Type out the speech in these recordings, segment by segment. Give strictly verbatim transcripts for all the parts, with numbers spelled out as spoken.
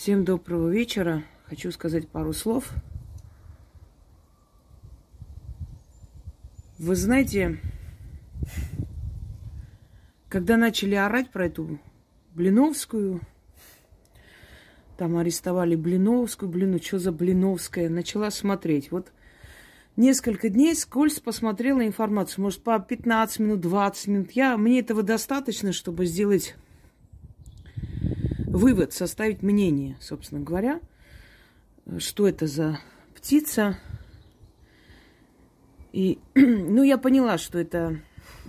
Всем доброго вечера. Хочу сказать пару слов. Вы знаете, когда начали орать про эту Блиновскую, там арестовали Блиновскую, блин, ну что за Блиновская, начала смотреть. Вот несколько дней скользь посмотрела информацию, может, по пятнадцать минут, двадцать минут. Я, мне этого достаточно, чтобы сделать вывод, составить мнение, собственно говоря, что это за птица. И, ну, я поняла, что это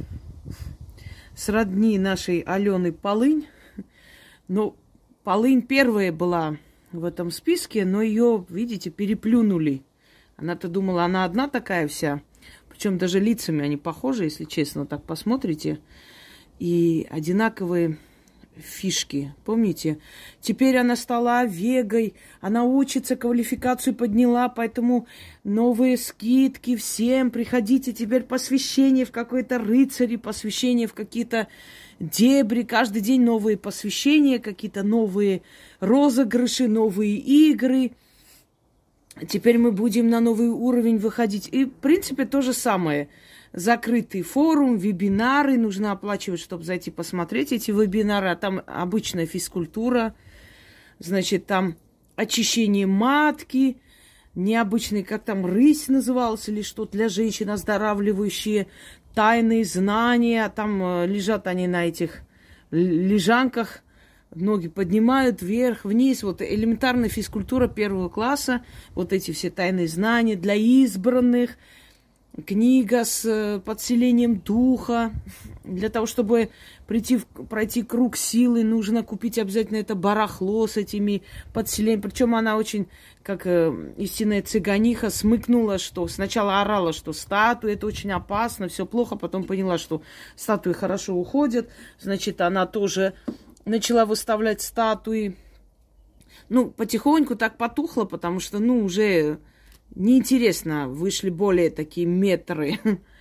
сродни нашей Алены Полынь. Но Полынь первая была в этом списке, но ее, видите, переплюнули. Она-то думала, она одна такая вся. Причем даже лицами они похожи, если честно, так посмотрите. И одинаковые фишки, помните? Теперь она стала Овегой, она учится, квалификацию подняла, поэтому новые скидки всем, приходите, теперь посвящение в какой-то рыцари, посвящение в какие-то дебри, каждый день новые посвящения, какие-то новые розыгрыши, новые игры. Теперь мы будем на новый уровень выходить. И, в принципе, то же самое. Закрытый форум, вебинары. Нужно оплачивать, чтобы зайти посмотреть эти вебинары. А там обычная физкультура. Значит, там очищение матки. Необычный, как там, рысь называлась или что-то для женщин, оздоравливающие тайные знания. Там лежат они на этих лежанках. Ноги поднимают вверх, вниз. Вот элементарная физкультура первого класса. Вот эти все тайные знания для избранных. Книга с подселением духа. Для того, чтобы прийти в, пройти круг силы, нужно купить обязательно это барахло с этими подселениями. Причем она очень, как э, истинная цыганиха, смыкнула, что сначала орала, что статуи это очень опасно, все плохо. Потом поняла, что статуи хорошо уходят. Значит, она тоже начала выставлять статуи. Ну, потихоньку так потухло, потому что, ну, уже неинтересно, вышли более такие метры.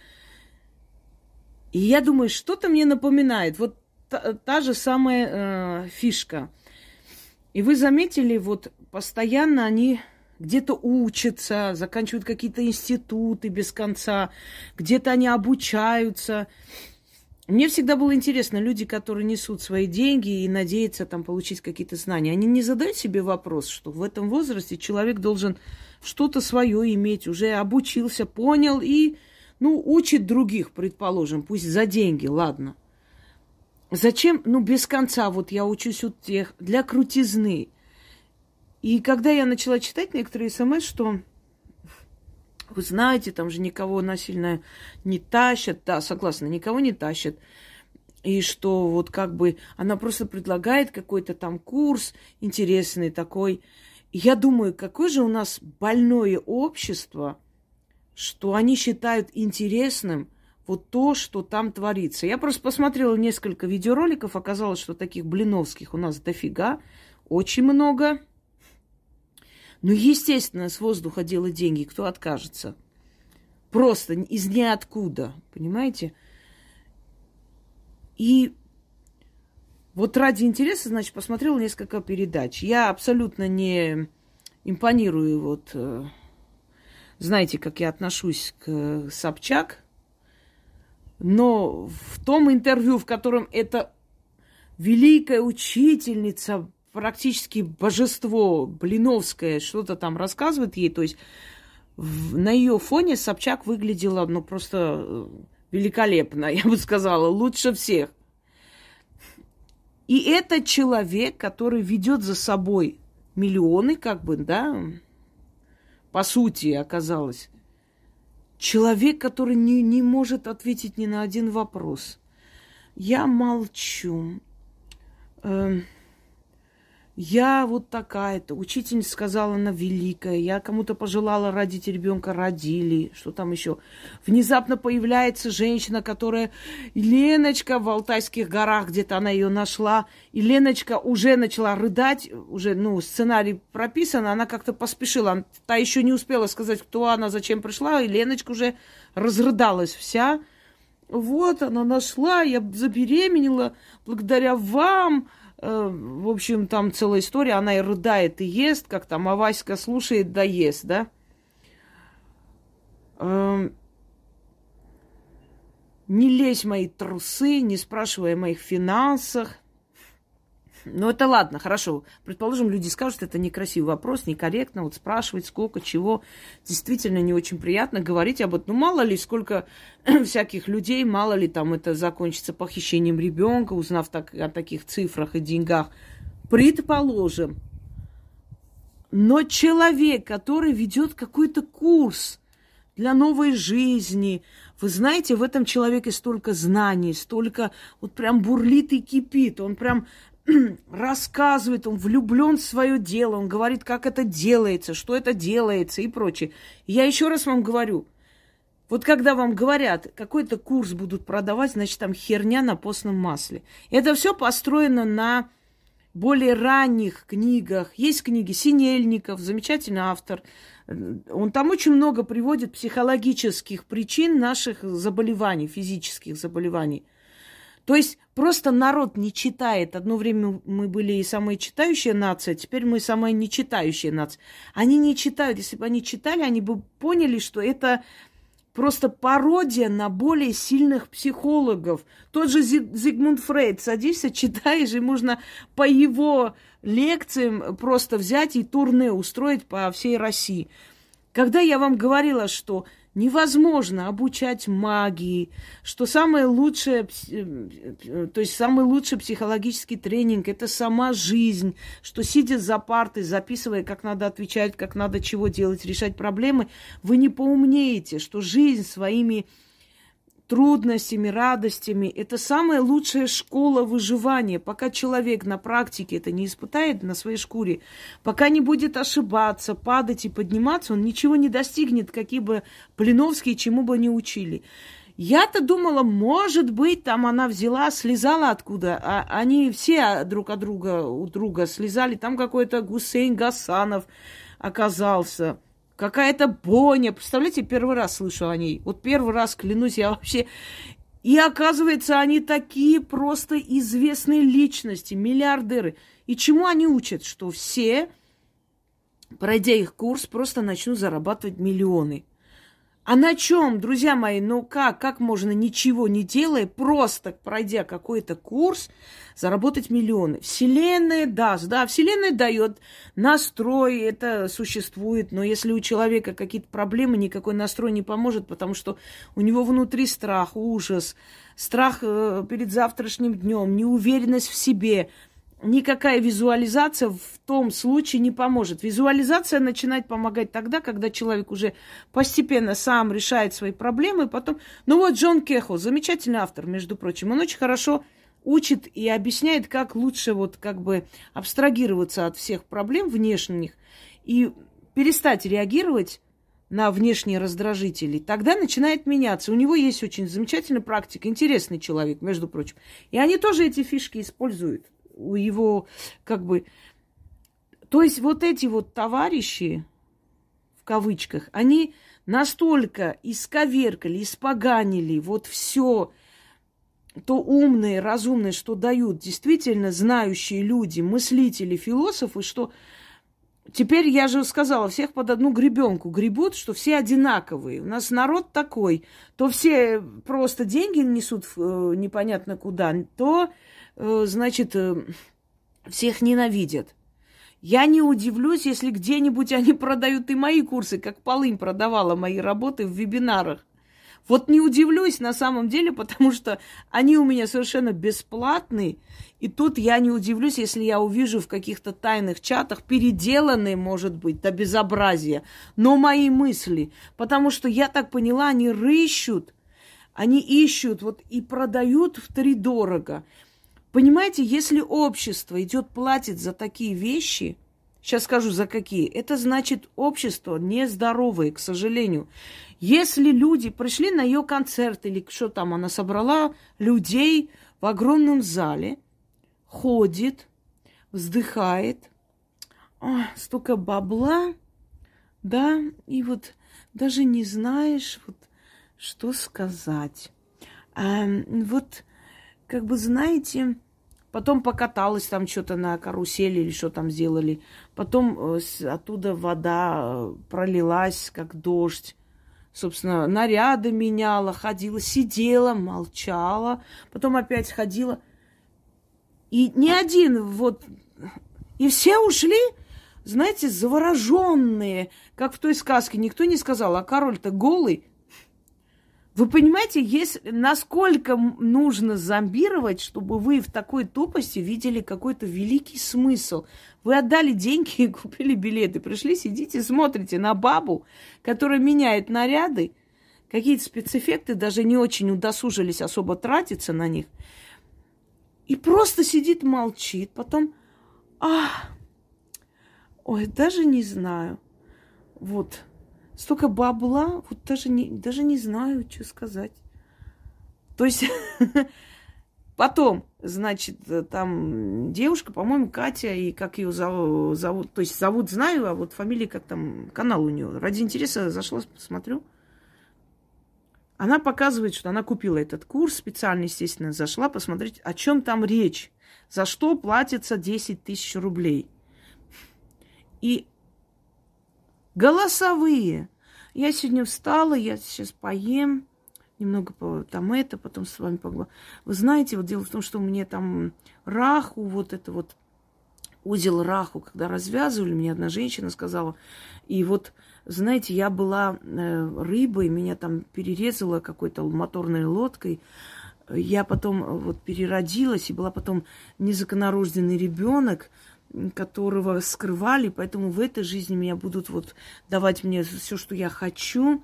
И я думаю, что-то мне напоминает. Вот та, та же самая э, фишка. И вы заметили, вот постоянно они где-то учатся, заканчивают какие-то институты без конца, где-то они обучаются. Мне всегда было интересно, люди, которые несут свои деньги и надеются там получить какие-то знания, они не задают себе вопрос, что в этом возрасте человек должен что-то свое иметь, уже обучился, понял и, ну, учит других, предположим, пусть за деньги, ладно. Зачем, ну, без конца, вот я учусь у тех, для крутизны. И когда я начала читать некоторые смс, что... Вы знаете, там же никого насильно не тащат. Да, согласна, никого не тащат. И что вот как бы она просто предлагает какой-то там курс интересный такой. И я думаю, какое же у нас больное общество, что они считают интересным вот то, что там творится. Я просто посмотрела несколько видеороликов, оказалось, что таких блиновских у нас дофига, очень много. Ну, естественно, с воздуха делать деньги, кто откажется? Просто из ниоткуда, понимаете? И вот ради интереса, значит, посмотрела несколько передач. Я абсолютно не импонирую, вот, знаете, как я отношусь к Собчак, но в том интервью, в котором эта великая учительница, практически божество Блиновское что-то там рассказывает ей. То есть в, на ее фоне Собчак выглядела, ну, просто великолепно, я бы сказала, лучше всех. И это человек, который ведет за собой миллионы, как бы, да, по сути оказалось. Человек, который не, не может ответить ни на один вопрос. Я молчу. Эм... Я вот такая-то. Учительница сказала, она великая. Я кому-то пожелала родить ребенка, родили. Что там еще? Внезапно появляется женщина, которая... Леночка в Алтайских горах, где-то она ее нашла. И Леночка уже начала рыдать. Уже, ну, сценарий прописан. Она как-то поспешила. Та еще не успела сказать, кто она, зачем пришла. И Леночка уже разрыдалась вся. Вот, она нашла, я забеременела благодаря вам. э, в общем, там целая история, она и рыдает, и ест, как там, а Васька слушает, да ест, да? Э, не лезь в мои трусы, не спрашивай о моих финансах. Ну, это ладно, хорошо. Предположим, люди скажут, это некрасивый вопрос, некорректно, вот спрашивать, сколько, чего. Действительно не очень приятно говорить об этом. Ну, мало ли, сколько всяких людей, мало ли там это закончится похищением ребенка, узнав так, о таких цифрах и деньгах. Предположим. Но человек, который ведет какой-то курс для новой жизни, вы знаете, в этом человеке столько знаний, столько вот прям бурлит и кипит, он прям рассказывает, он влюблен в свое дело, он говорит, как это делается, что это делается и прочее. Я еще раз вам говорю, вот когда вам говорят, какой-то курс будут продавать, значит, там херня на постном масле. Это все построено на более ранних книгах. Есть книги Синельников, замечательный автор. Он там очень много приводит психологических причин наших заболеваний, физических заболеваний. То есть просто народ не читает. Одно время мы были и самая читающая нация, теперь мы самая нечитающая нация. Они не читают. Если бы они читали, они бы поняли, что это просто пародия на более сильных психологов. Тот же Зигмунд Фрейд. Садишься, читаешь, и можно по его лекциям просто взять и турне устроить по всей России. Когда я вам говорила, что невозможно обучать магии, что самое лучшее, то есть самый лучший психологический тренинг – это сама жизнь, что сидя за партой, записывая, как надо отвечать, как надо чего делать, решать проблемы, вы не поумнеете, что жизнь своими трудностями, радостями – это самая лучшая школа выживания. Пока человек на практике это не испытает на своей шкуре, пока не будет ошибаться, падать и подниматься, он ничего не достигнет, какие бы Блиновские чему бы ни учили. Я-то думала, может быть, там она взяла, слезала откуда. А они все друг от друга, у друга слезали. Там какой-то Гусейн Гасанов оказался. Какая-то Боня. Представляете, первый раз слышу о ней. Вот первый раз, клянусь, я вообще... И оказывается, они такие просто известные личности, миллиардеры. И чему они учат? Что все, пройдя их курс, просто начнут зарабатывать миллионы. А на чем, друзья мои, ну как, как можно, ничего не делая, просто пройдя какой-то курс, заработать миллионы? Вселенная даст, да, Вселенная дает настрой, это существует, но если у человека какие-то проблемы, никакой настрой не поможет, потому что у него внутри страх, ужас, страх перед завтрашним днем, неуверенность в себе. Никакая визуализация в том случае не поможет. Визуализация начинает помогать тогда, когда человек уже постепенно сам решает свои проблемы. Потом... Ну вот Джон Кехо, замечательный автор, между прочим. Он очень хорошо учит и объясняет, как лучше вот как бы абстрагироваться от всех проблем внешних и перестать реагировать на внешние раздражители. Тогда начинает меняться. У него есть очень замечательная практика, интересный человек, между прочим. И они тоже эти фишки используют. У его, как бы... То есть вот эти вот товарищи, в кавычках, они настолько исковеркали, испоганили вот все то умное, разумное, что дают действительно знающие люди, мыслители, философы, что теперь, я же сказала, всех под одну гребенку гребут, что все одинаковые. У нас народ такой. То все просто деньги несут э, непонятно куда, то... значит, всех ненавидят. Я не удивлюсь, если где-нибудь они продают и мои курсы, как Полынь продавала мои работы в вебинарах. Вот не удивлюсь на самом деле, потому что они у меня совершенно бесплатные. И тут я не удивлюсь, если я увижу в каких-то тайных чатах переделанные, может быть, до безобразия, но мои мысли. Потому что, я так поняла, они рыщут, они ищут вот и продают втридорого. Понимаете, если общество идет платит за такие вещи, сейчас скажу за какие, это значит общество нездоровое, к сожалению. Если люди пришли на ее концерт или что там, она собрала людей в огромном зале, ходит, вздыхает, о, столько бабла, да, и вот даже не знаешь, вот, что сказать. А, вот, как бы, знаете... Потом покаталась там что-то на карусели или что там сделали. Потом оттуда вода пролилась, как дождь. Собственно, наряды меняла, ходила, сидела, молчала. Потом опять ходила. И ни один вот... И все ушли, знаете, завороженные, как в той сказке. Никто не сказал, а король-то голый. Вы понимаете, если, насколько нужно зомбировать, чтобы вы в такой тупости видели какой-то великий смысл. Вы отдали деньги и купили билеты. Пришли, сидите, смотрите на бабу, которая меняет наряды. Какие-то спецэффекты, даже не очень удосужились особо тратиться на них. И просто сидит, молчит. Потом, ах, ой, даже не знаю. Вот. Столько бабла, вот даже не, даже не знаю, что сказать. То есть, потом, значит, там девушка, по-моему, Катя, и как ее зовут, зовут, то есть зовут знаю, а вот фамилия, как там, канал у нее. Ради интереса зашла, посмотрю. Она показывает, что она купила этот курс, специально, естественно, зашла посмотреть, о чем там речь, за что платится десять тысяч рублей. И голосовые. Я сегодня встала, я сейчас поем, немного там это, потом с вами поговорю. Вы знаете, вот дело в том, что мне там раху, вот это вот узел раху, когда развязывали, мне одна женщина сказала, и вот, знаете, я была э, рыбой, меня там перерезала какой-то моторной лодкой, я потом вот переродилась, и была потом незаконнорожденный ребенок, которого скрывали, поэтому в этой жизни меня будут вот давать мне все, что я хочу.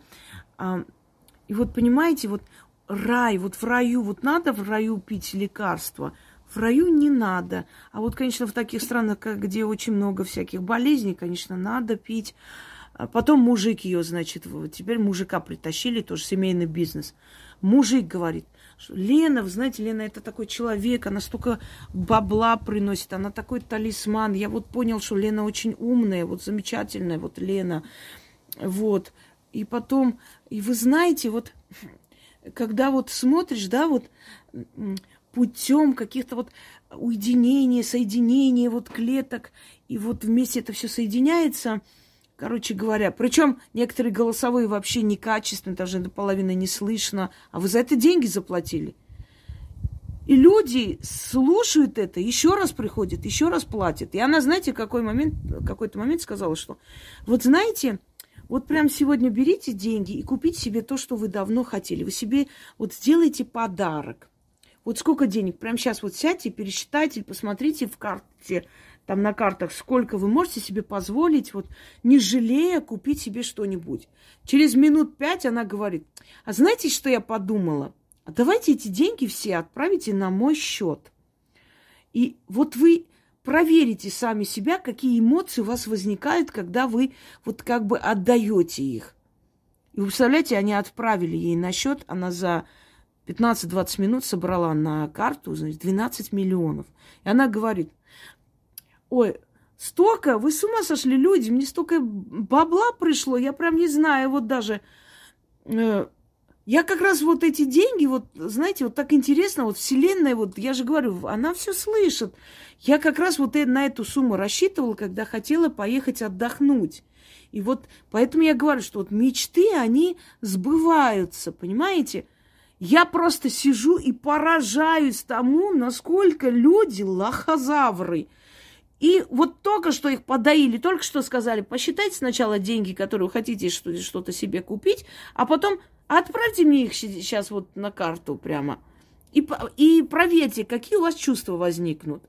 И вот понимаете, вот рай, вот в раю, вот надо в раю пить лекарства, в раю не надо. А вот, конечно, в таких странах, где очень много всяких болезней, конечно, надо пить. Потом мужик ее, значит, теперь мужика притащили, тоже семейный бизнес. Мужик говорит, Лена, вы знаете, Лена, это такой человек, она столько бабла приносит, она такой талисман. Я вот понял, что Лена очень умная, вот замечательная, вот Лена. Вот. И потом, и вы знаете, вот, когда вот смотришь, да, вот путем каких-то вот уединения, соединения вот клеток, и вот вместе это все соединяется. Короче говоря, причем некоторые голосовые вообще некачественные, даже до половины не слышно, а вы за это деньги заплатили. И люди слушают это, еще раз приходят, еще раз платят. И она, знаете, в какой момент, какой-то момент сказала, что вот знаете, вот прям сегодня берите деньги и купите себе то, что вы давно хотели. Вы себе вот сделайте подарок. Вот сколько денег? Прямо сейчас вот сядьте, пересчитайте, посмотрите в карте, там на картах, сколько вы можете себе позволить, вот не жалея, купить себе что-нибудь. Через минут пять она говорит, а знаете, что я подумала? А давайте эти деньги все отправите на мой счет. И вот вы проверите сами себя, какие эмоции у вас возникают, когда вы вот как бы отдаете их. И вы представляете, они отправили ей на счет, она за пятнадцать-двадцать минут собрала на карту, значит, двенадцать миллионов. И она говорит, ой, столько, вы с ума сошли, люди, мне столько бабла пришло, я прям не знаю, вот даже, э, я как раз вот эти деньги, вот, знаете, вот так интересно, вот вселенная, вот, я же говорю, она все слышит. Я как раз вот на эту сумму рассчитывала, когда хотела поехать отдохнуть. И вот поэтому я говорю, что вот мечты, они сбываются, понимаете? Я просто сижу и поражаюсь тому, насколько люди лохозавры. И вот только что их подоили, только что сказали, посчитайте сначала деньги, которые вы хотите что-то себе купить, а потом отправьте мне их сейчас вот на карту прямо. И, и проверьте, какие у вас чувства возникнут.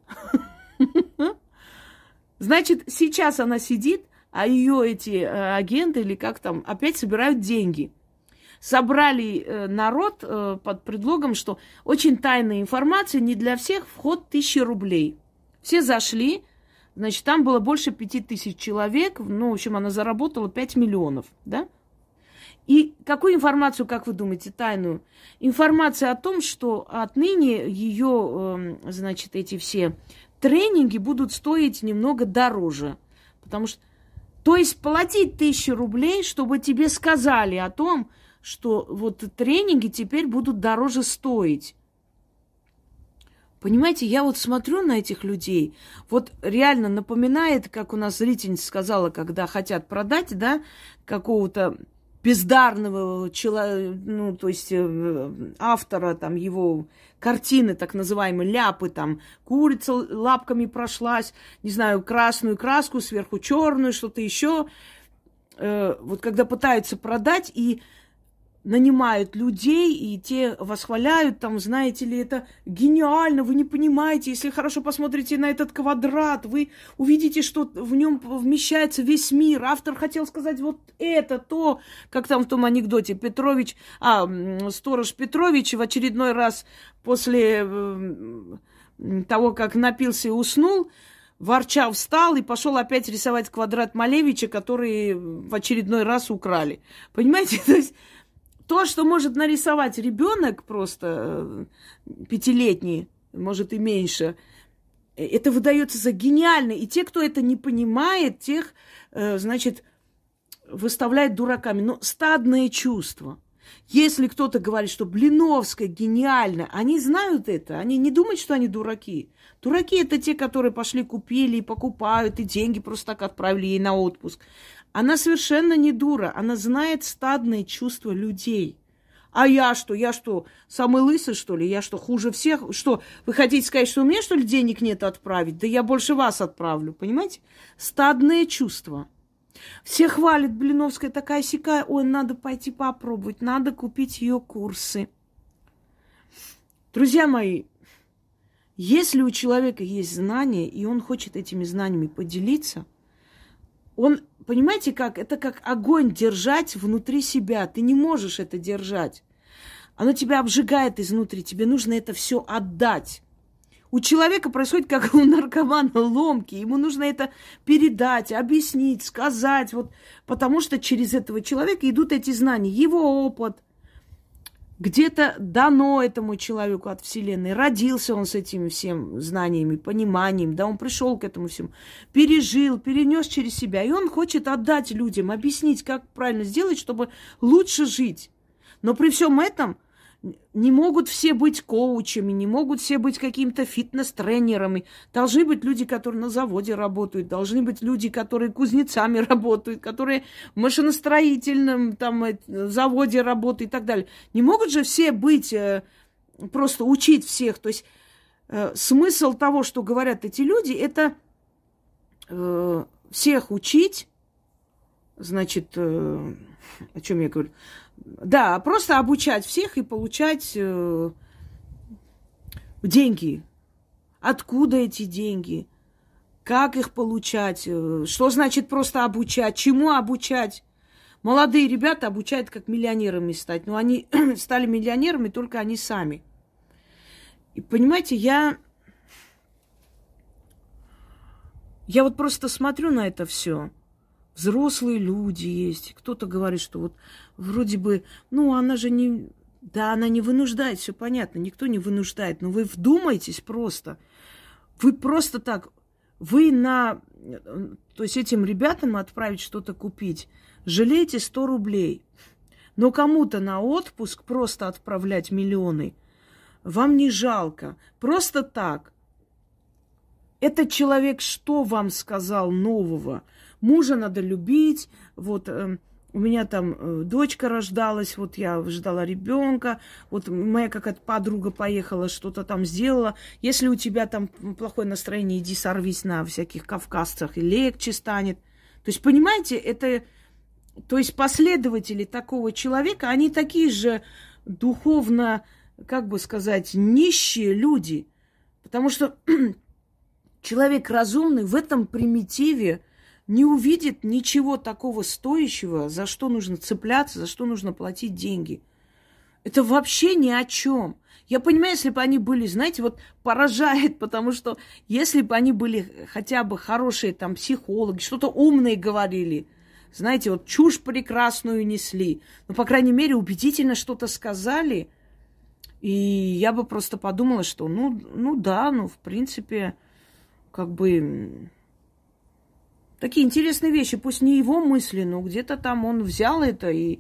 Значит, сейчас она сидит, а ее эти агенты или как там опять собирают деньги. Собрали народ под предлогом, что очень тайная информация, не для всех, вход тысяча рублей. Все зашли. Значит, там было больше пяти тысяч человек. Ну, в общем, она заработала пять миллионов, да? И какую информацию, как вы думаете, тайную? Информация о том, что отныне ее, э, значит, эти все тренинги будут стоить немного дороже. Потому что, то есть платить тысячу рублей, чтобы тебе сказали о том, что вот тренинги теперь будут дороже стоить. Понимаете, я вот смотрю на этих людей, вот реально напоминает, как у нас зрительница сказала, когда хотят продать, да, какого-то бездарного человека, ну, то есть э, автора, там, его картины, так называемые, ляпы, там, курица лапками прошлась, не знаю, красную краску, сверху черную, что-то еще. Э, вот когда пытаются продать и нанимают людей, и те восхваляют, там, знаете ли, это гениально, вы не понимаете, если хорошо посмотрите на этот квадрат, вы увидите, что в нем вмещается весь мир. Автор хотел сказать вот это, то, как там в том анекдоте, Петрович, а, сторож Петрович в очередной раз после того, как напился и уснул, ворча встал и пошел опять рисовать квадрат Малевича, который в очередной раз украли. Понимаете, то есть то, что может нарисовать ребенок просто пятилетний, может и меньше, это выдается за гениально. И те, кто это не понимает, тех, значит, выставляют дураками. Но стадное чувство. Если кто-то говорит, что Блиновская гениальна, они знают это. Они не думают, что они дураки. Дураки – это те, которые пошли, купили и покупают, и деньги просто так отправили ей на отпуск. Она совершенно не дура. Она знает стадное чувство людей. А я что? Я что, самый лысый, что ли? Я что, хуже всех? Что, вы хотите сказать, что у меня, что ли, денег нет отправить? Да я больше вас отправлю, понимаете? Стадное чувство. Все хвалят, Блиновская такая-сякая. Ой, надо пойти попробовать, надо купить ее курсы. Друзья мои, если у человека есть знания, и он хочет этими знаниями поделиться, он, понимаете, как? Это как огонь держать внутри себя. Ты не можешь это держать. Оно тебя обжигает изнутри. Тебе нужно это все отдать. У человека происходит, как у наркомана, ломки. Ему нужно это передать, объяснить, сказать. Вот, потому что через этого человека идут эти знания. Его опыт. Где-то дано этому человеку от Вселенной. Родился он с этими всеми знаниями, пониманием. Да, он пришел к этому всему. Пережил, перенес через себя. И он хочет отдать людям, объяснить, как правильно сделать, чтобы лучше жить. Но при всем этом не могут все быть коучами, не могут все быть какими-то фитнес-тренерами. Должны быть люди, которые на заводе работают, должны быть люди, которые кузнецами работают, которые в машиностроительном там, заводе работают и так далее. Не могут же все быть, э, просто учить всех. То есть э, смысл того, что говорят эти люди, это э, всех учить, значит, э, о чем я говорю? Да, просто обучать всех и получать э, деньги. Откуда эти деньги? Как их получать? Э, что значит просто обучать? Чему обучать? Молодые ребята обучают, как миллионерами стать. Но они стали миллионерами только они сами. И понимаете, я... Я вот просто смотрю на это все. Взрослые люди есть. Кто-то говорит, что вот вроде бы, ну, она же не... Да, она не вынуждает, все понятно, никто не вынуждает. Но вы вдумайтесь просто. Вы просто так... Вы на... То есть этим ребятам отправить что-то купить, жалеете сто рублей. Но кому-то на отпуск просто отправлять миллионы вам не жалко. Просто так. Этот человек что вам сказал нового? Мужа надо любить, вот э, у меня там э, дочка рождалась, вот я ждала ребенка, вот моя какая-то подруга поехала, что-то там сделала. Если у тебя там плохое настроение, иди сорвись на всяких кавказцах, и легче станет. То есть, понимаете, это, то есть последователи такого человека, они такие же духовно, как бы сказать, нищие люди. Потому что человек разумный в этом примитиве не увидит ничего такого стоящего, за что нужно цепляться, за что нужно платить деньги. Это вообще ни о чем. Я понимаю, если бы они были, знаете, вот поражает, потому что если бы они были хотя бы хорошие там психологи, что-то умное говорили, знаете, вот чушь прекрасную несли, но, по крайней мере, убедительно что-то сказали, и я бы просто подумала, что, ну, ну да, ну, в принципе, как бы... Такие интересные вещи, пусть не его мысли, но где-то там он взял это и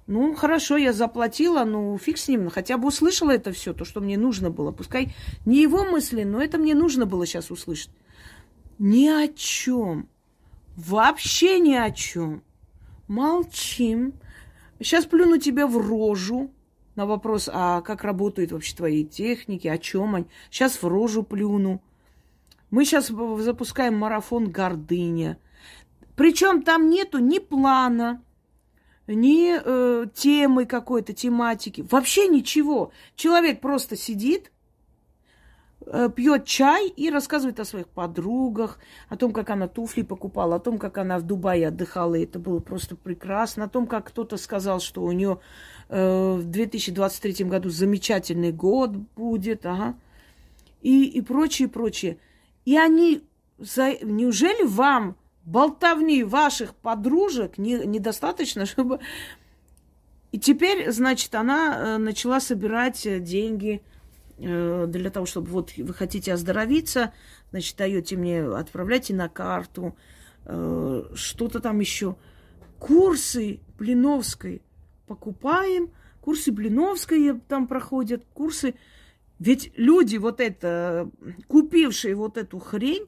Ну, хорошо, я заплатила, ну, фиг с ним. Хотя бы услышала это все, то, что мне нужно было. Пускай не его мысли, но это мне нужно было сейчас услышать. Ни о чем. Вообще ни о чем. Молчим. Сейчас плюну тебе в рожу на вопрос, а как работают вообще твои техники, о чем они. Сейчас в рожу плюну. Мы сейчас запускаем марафон «Гордыня». Причем там нету ни плана, ни э, темы какой-то, тематики. Вообще ничего. Человек просто сидит, э, пьет чай и рассказывает о своих подругах, о том, как она туфли покупала, о том, как она в Дубае отдыхала, и это было просто прекрасно, о том, как кто-то сказал, что у нее э, в две тысячи двадцать третьем году замечательный год будет, ага, и, и прочее, прочее. И они... За... Неужели вам... болтовни ваших подружек не, недостаточно, чтобы... И теперь, значит, она начала собирать деньги для того, чтобы вот вы хотите оздоровиться, значит, даете мне, отправляйте на карту, что-то там еще. Курсы Блиновской покупаем, курсы Блиновской там проходят, курсы... Ведь люди вот это, купившие вот эту хрень,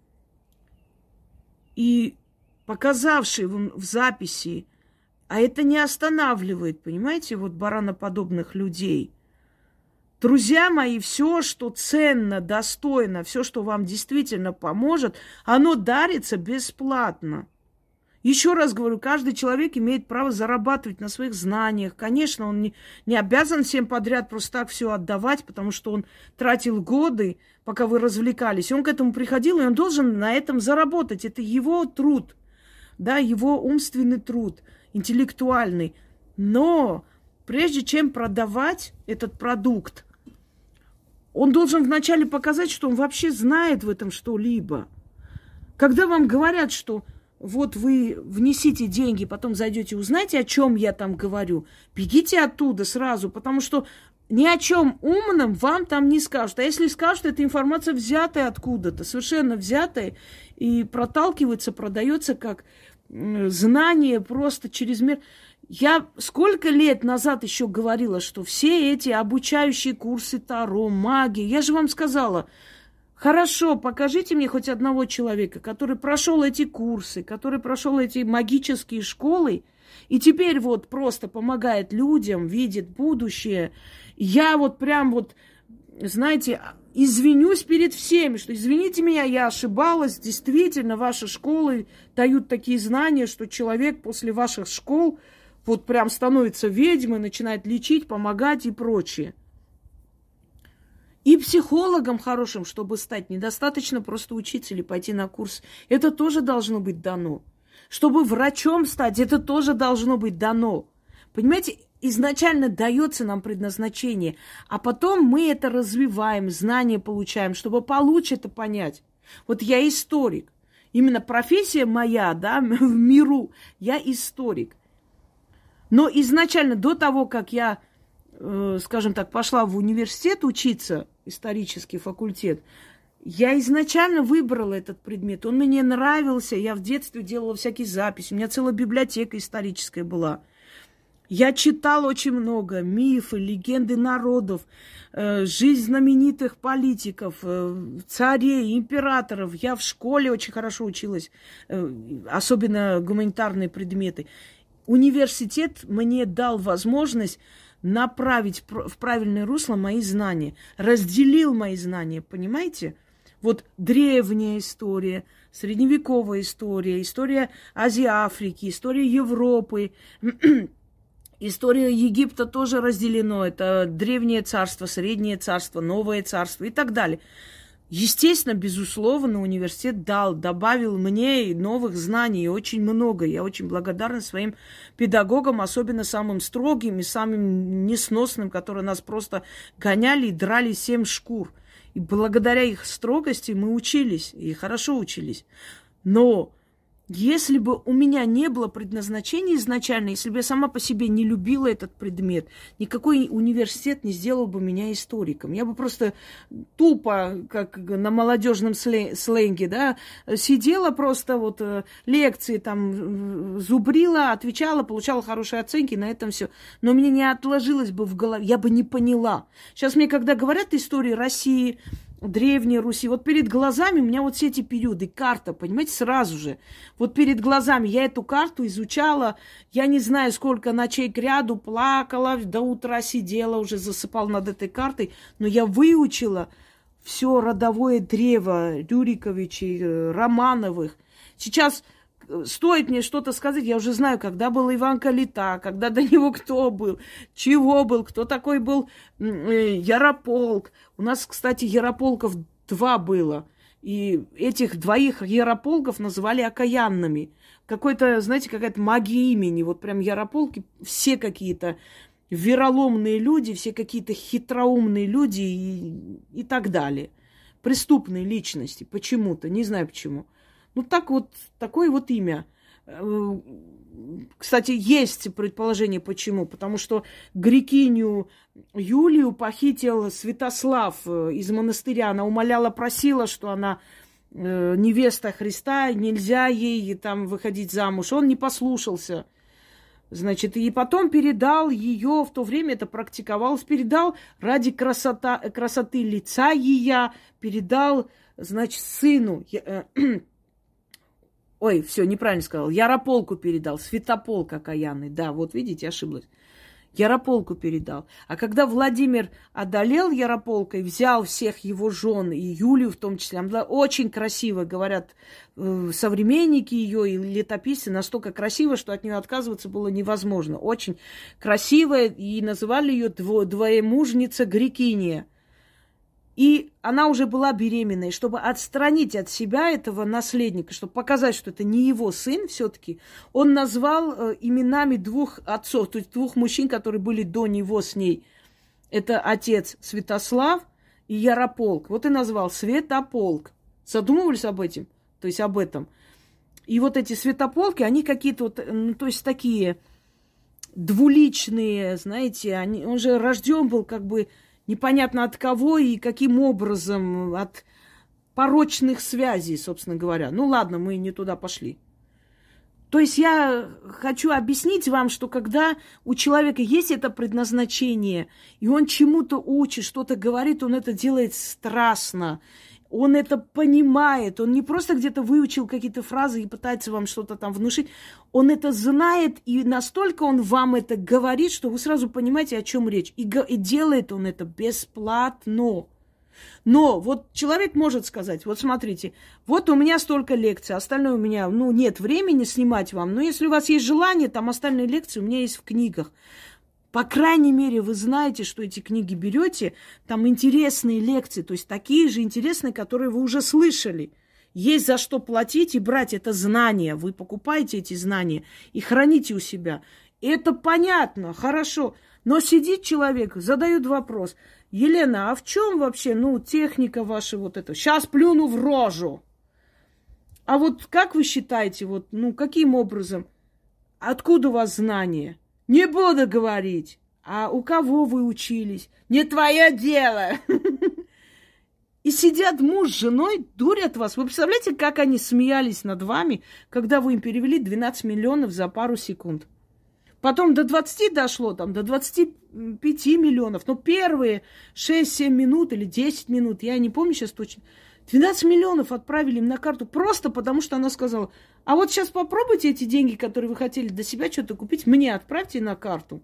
и показавший в, в записи, а это не останавливает, понимаете, вот бараноподобных людей. Друзья мои, все, что ценно, достойно, все, что вам действительно поможет, оно дарится бесплатно. Еще раз говорю, каждый человек имеет право зарабатывать на своих знаниях. Конечно, он не, не обязан всем подряд просто так все отдавать, потому что он тратил годы, пока вы развлекались. Он к этому приходил, и он должен на этом заработать. Это его труд, да, его умственный труд, интеллектуальный. Но прежде чем продавать этот продукт, он должен вначале показать, что он вообще знает в этом что-либо. Когда вам говорят, что вот вы внесите деньги, потом зайдете, узнаете, о чем я там говорю, бегите оттуда сразу, потому что ни о чем умном вам там не скажут. А если скажут, эта информация взятая откуда-то, совершенно взятая, и проталкивается, продается как знание просто через мир. Я сколько лет назад еще говорила, что все эти обучающие курсы Таро, магии, я же вам сказала, хорошо, покажите мне хоть одного человека, который прошел эти курсы, который прошел эти магические школы, и теперь вот просто помогает людям, видит будущее. Я вот прям вот, знаете, извинюсь перед всеми, что извините меня, я ошибалась, действительно, ваши школы дают такие знания, что человек после ваших школ вот прям становится ведьмой, начинает лечить, помогать и прочее. И психологом хорошим, чтобы стать, недостаточно просто учиться или пойти на курс. Это тоже должно быть дано. Чтобы врачом стать, это тоже должно быть дано. Понимаете, изначально дается нам предназначение, а потом мы это развиваем, знания получаем, чтобы получше это понять. Вот я историк. Именно профессия моя, да, в миру, я историк. Но изначально, до того, как я, э, скажем так, пошла в университет учиться, исторический факультет, я изначально выбрала этот предмет. Он мне нравился. Я в детстве делала всякие записи. У меня целая библиотека историческая была. Я читала очень много. Мифы, легенды народов, э, жизнь знаменитых политиков, э, царей, императоров. Я в школе очень хорошо училась. Э, особенно гуманитарные предметы. Университет мне дал возможность направить в правильное русло мои знания, разделил мои знания, понимаете? Вот древняя история, средневековая история, история Азии, Африки, история Европы, история Египта тоже разделено. Это древнее царство, среднее царство, новое царство и так далее. Естественно, безусловно, университет дал, добавил мне новых знаний, и очень много. Я очень благодарна своим педагогам, особенно самым строгим и самым несносным, которые нас просто гоняли и драли семь шкур. И благодаря их строгости мы учились, и хорошо учились. Но Если бы у меня не было предназначения изначально, если бы я сама по себе не любила этот предмет, никакой университет не сделал бы меня историком. Я бы просто тупо, как на молодежном сленге, да, сидела просто вот лекции там зубрила, отвечала, получала хорошие оценки, на этом все. Но мне не отложилось бы в голове, я бы не поняла. Сейчас мне, когда говорят истории России, Древней Руси, вот перед глазами у меня вот все эти периоды, карта, понимаете, сразу же. Вот перед глазами я эту карту изучала, я не знаю, сколько ночей кряду плакала, до утра сидела, уже засыпала над этой картой, но я выучила все родовое древо Рюриковичей, Романовых. Сейчас стоит мне что-то сказать, я уже знаю, когда был Иван Калита, когда до него кто был, чего был, кто такой был Ярополк. У нас, кстати, Ярополков два было. И этих двоих Ярополков называли окаянными. Какой-то, знаете, какая-то магия имени. Вот прям Ярополки все какие-то вероломные люди, все какие-то хитроумные люди и, и так далее. Преступные личности почему-то, не знаю почему. Ну, так вот, такое вот имя. Кстати, есть предположение, почему. Потому что грекиню Юлию похитил Святослав из монастыря. Она умоляла, просила, что она невеста Христа, нельзя ей там выходить замуж. Он не послушался. Значит, и потом передал ее, в то время это практиковалось, передал ради красота, красоты лица ее, передал, значит, сыну. Ой, все, неправильно сказал. Ярополку передал. Святополк окаянный. Да, вот видите, ошиблась. Ярополку передал. А когда Владимир одолел Ярополка и взял всех его жен, и Юлию в том числе, она была очень красивая, говорят, современники ее и летописцы, настолько красивая, что от нее отказываться было невозможно. Очень красивая, и называли ее дво- двоемужница Грекиния. И она уже была беременной. Чтобы отстранить от себя этого наследника, чтобы показать, что это не его сын все-таки, он назвал э, именами двух отцов, то есть двух мужчин, которые были до него с ней. Это отец Святослав и Ярополк. Вот и назвал Святополк. Задумывались об этом? То есть об этом. И вот эти святополки, они какие-то вот, ну, то есть такие двуличные, знаете, они, он же рожден был как бы непонятно от кого и каким образом, от порочных связей, собственно говоря. Ну ладно, мы не туда пошли. То есть я хочу объяснить вам, что когда у человека есть это предназначение, и он чему-то учит, что-то говорит, он это делает страстно, он это понимает, он не просто где-то выучил какие-то фразы и пытается вам что-то там внушить, он это знает, и настолько он вам это говорит, что вы сразу понимаете, о чем речь. И, и делает он это бесплатно. Но вот человек может сказать, вот смотрите, вот у меня столько лекций, остальное у меня, ну, нет времени снимать вам, но если у вас есть желание, там остальные лекции у меня есть в книгах. По крайней мере, вы знаете, что эти книги берете, там интересные лекции, то есть такие же интересные, которые вы уже слышали. Есть за что платить и брать это знание. Вы покупаете эти знания и храните у себя. Это понятно, хорошо. Но сидит человек, задает вопрос. Елена, а в чем вообще, ну, техника ваша вот эта? Сейчас плюну в рожу. А вот как вы считаете, вот, ну, каким образом? Откуда у вас знания? Не буду говорить. А у кого вы учились? Не твое дело. И сидят муж с женой, дурят вас. Вы представляете, как они смеялись над вами, когда вы им перевели двенадцать миллионов за пару секунд? Потом до двадцати дошло, там, до двадцати пяти миллионов. Но первые шесть-семь минут или десять минут, я не помню сейчас точно, двенадцать миллионов отправили им на карту просто потому, что она сказала, а вот сейчас попробуйте эти деньги, которые вы хотели для себя что-то купить, мне отправьте на карту.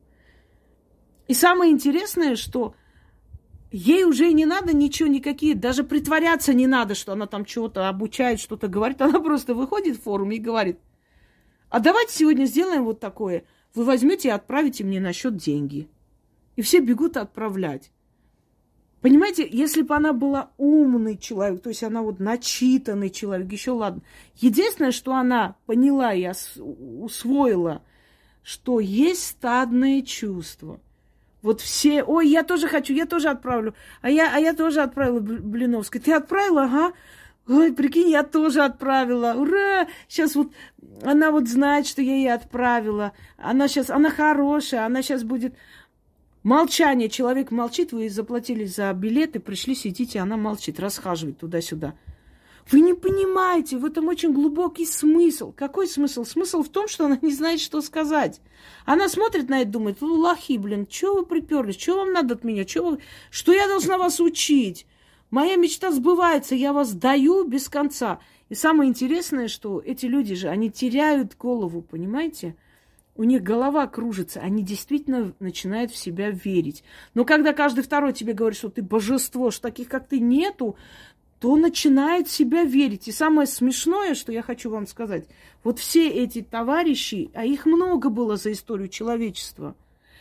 И самое интересное, что ей уже не надо ничего, никакие, даже притворяться не надо, что она там чего-то обучает, что-то говорит. Она просто выходит в форум и говорит, а давайте сегодня сделаем вот такое. Вы возьмете и отправите мне на счет деньги. И все бегут отправлять. Понимаете, если бы она была умный человек, то есть она вот начитанный человек, еще ладно. Единственное, что она поняла и усвоила, что есть стадное чувство. Вот все, ой, я тоже хочу, я тоже отправлю. А я, а я тоже отправила Блиновской. Ты отправила, ага. Ой, прикинь, я тоже отправила. Ура! Сейчас вот она вот знает, что я ей отправила. Она сейчас, она хорошая, она сейчас будет... Молчание. Человек молчит, вы заплатили за билеты, пришли, сидите, она молчит, расхаживает туда-сюда. Вы не понимаете, в этом очень глубокий смысл. Какой смысл? Смысл в том, что она не знает, что сказать. Она смотрит на это, думает, ну, лохи, блин, что вы приперлись, что вам надо от меня, что, вы... что я должна вас учить? Моя мечта сбывается, я вас даю без конца. И самое интересное, что эти люди же, они теряют голову, понимаете? У них голова кружится, они действительно начинают в себя верить. Но когда каждый второй тебе говорит, что ты божество, что таких, как ты, нету, то он начинает в себя верить. И самое смешное, что я хочу вам сказать, вот все эти товарищи, а их много было за историю человечества,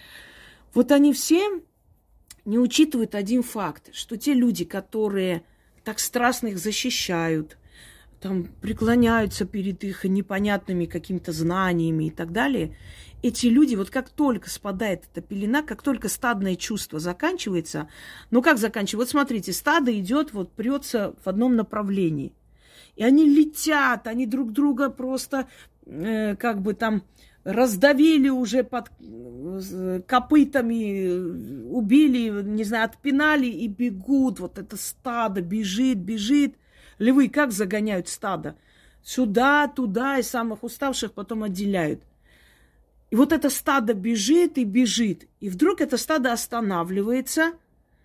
вот они все не учитывают один факт, что те люди, которые так страстно их защищают, там, преклоняются перед их непонятными какими-то знаниями и так далее, эти люди, вот как только спадает эта пелена, как только стадное чувство заканчивается, ну как заканчивается? Вот смотрите, стадо идет, вот прется в одном направлении. И они летят, они друг друга просто э, как бы там раздавили уже под э, копытами, убили, не знаю, отпинали и бегут. Вот это стадо бежит, бежит. Львы как загоняют стадо? Сюда, туда, и самых уставших потом отделяют. И вот это стадо бежит и бежит. И вдруг это стадо останавливается,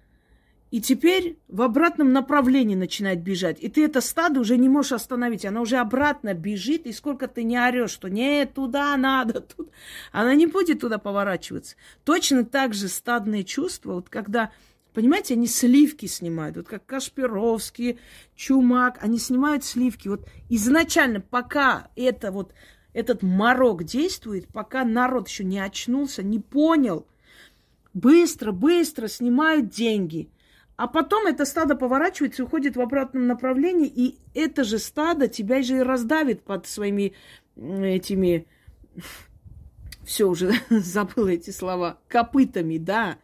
и теперь в обратном направлении начинает бежать. И ты это стадо уже не можешь остановить. Она уже обратно бежит, и сколько ты не орешь, что нет, туда надо, тут. Она не будет туда поворачиваться. Точно так же стадные чувства, вот когда... Понимаете, они сливки снимают, вот как Кашпировский, Чумак, они снимают сливки. Вот изначально, пока это вот, этот морок действует, пока народ еще не очнулся, не понял, быстро-быстро снимают деньги. А потом это стадо поворачивается и уходит в обратном направлении, и это же стадо тебя же и раздавит под своими этими... Все, уже забыла эти слова. Копытами, да.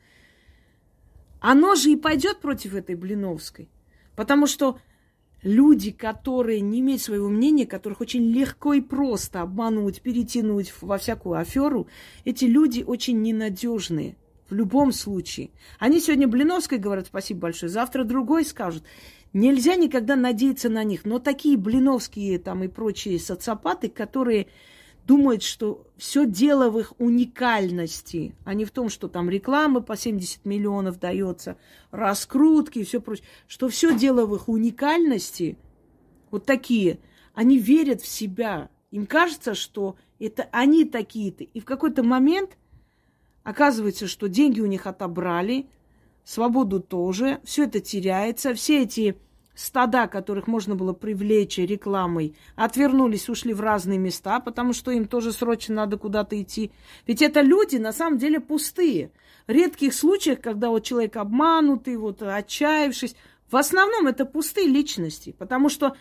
Оно же и пойдет против этой Блиновской. Потому что люди, которые не имеют своего мнения, которых очень легко и просто обмануть, перетянуть во всякую аферу, эти люди очень ненадежные. В любом случае. Они сегодня Блиновской говорят спасибо большое, завтра другой скажут. Нельзя никогда надеяться на них. Но такие Блиновские там и прочие социопаты, которые... думают, что все дело в их уникальности, а не в том, что там реклама по семьдесят миллионов дается, раскрутки и все прочее. Что все дело в их уникальности, вот такие, они верят в себя. Им кажется, что это они такие-то. И в какой-то момент оказывается, что деньги у них отобрали, свободу тоже, все это теряется, все эти... стада, которых можно было привлечь рекламой, отвернулись, ушли в разные места, потому что им тоже срочно надо куда-то идти. Ведь это люди на самом деле пустые. В редких случаях, когда вот человек обманутый, вот отчаявшись, в основном это пустые личности, потому что